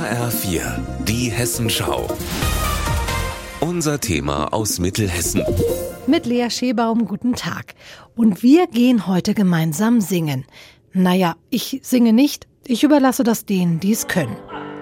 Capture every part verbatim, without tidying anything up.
H R vier, die Hessenschau. Unser Thema aus Mittelhessen. Mit Lea Schebaum, guten Tag. Und wir gehen heute gemeinsam singen. Naja, ich singe nicht, ich überlasse das denen, die es können.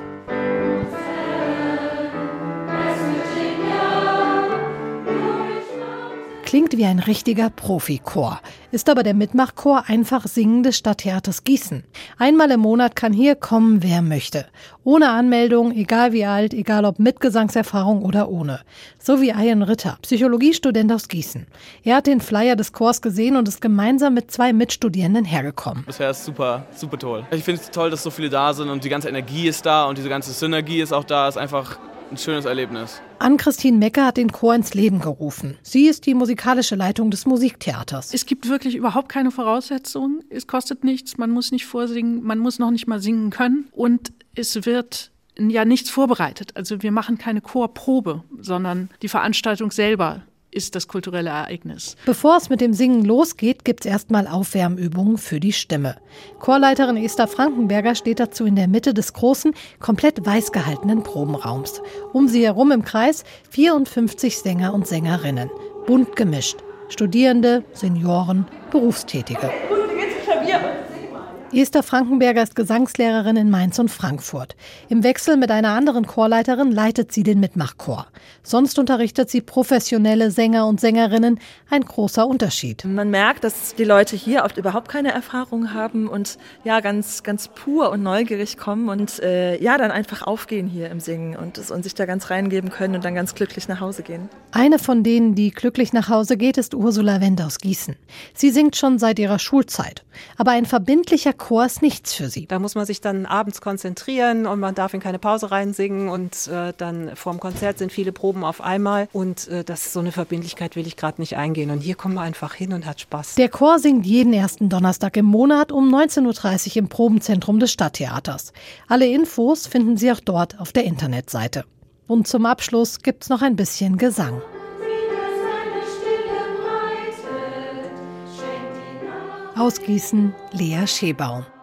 Klingt wie ein richtiger Profichor, ist aber der Mitmachchor einfach Singen des Stadttheaters Gießen. Einmal im Monat kann hier kommen, wer möchte. Ohne Anmeldung, egal wie alt, egal ob mit Gesangserfahrung oder ohne. So wie Ian Ritter, Psychologiestudent aus Gießen. Er hat den Flyer des Chors gesehen und ist gemeinsam mit zwei Mitstudierenden hergekommen. Bisher ist super, super toll. Ich finde es toll, dass so viele da sind und die ganze Energie ist da und diese ganze Synergie ist auch da. Ist einfach ein schönes Erlebnis. Ann-Christine Mecke hat den Chor ins Leben gerufen. Sie ist die musikalische Leitung des Musiktheaters. Es gibt wirklich überhaupt keine Voraussetzungen. Es kostet nichts, man muss nicht vorsingen, man muss noch nicht mal singen können. Und es wird ja nichts vorbereitet. Also wir machen keine Chorprobe, sondern die Veranstaltung selber ist das kulturelle Ereignis. Bevor es mit dem Singen losgeht, gibt es erstmal Aufwärmübungen für die Stimme. Chorleiterin Esther Frankenberger steht dazu in der Mitte des großen, komplett weiß gehaltenen Probenraums. Um sie herum im Kreis vierundfünfzig Sänger und Sängerinnen. Bunt gemischt. Studierende, Senioren, Berufstätige. Esther Frankenberger ist Gesangslehrerin in Mainz und Frankfurt. Im Wechsel mit einer anderen Chorleiterin leitet sie den Mitmachchor. Sonst unterrichtet sie professionelle Sänger und Sängerinnen. Ein großer Unterschied. Man merkt, dass die Leute hier oft überhaupt keine Erfahrung haben und ja ganz ganz pur und neugierig kommen und äh, ja dann einfach aufgehen hier im Singen und, und sich da ganz reingeben können und dann ganz glücklich nach Hause gehen. Eine von denen, die glücklich nach Hause geht, ist Ursula Wendt aus Gießen. Sie singt schon seit ihrer Schulzeit. Aber ein verbindlicher Chor ist nichts für sie. Da muss man sich dann abends konzentrieren und man darf in keine Pause reinsingen und äh, dann vorm Konzert sind viele Proben auf einmal und äh, das ist so eine Verbindlichkeit will ich gerade nicht eingehen und hier kommt man einfach hin und hat Spaß. Der Chor singt jeden ersten Donnerstag im Monat um neunzehn Uhr dreißig im Probenzentrum des Stadttheaters. Alle Infos finden Sie auch dort auf der Internetseite. Und zum Abschluss gibt's noch ein bisschen Gesang. Aus Gießen, Lea Schebaum.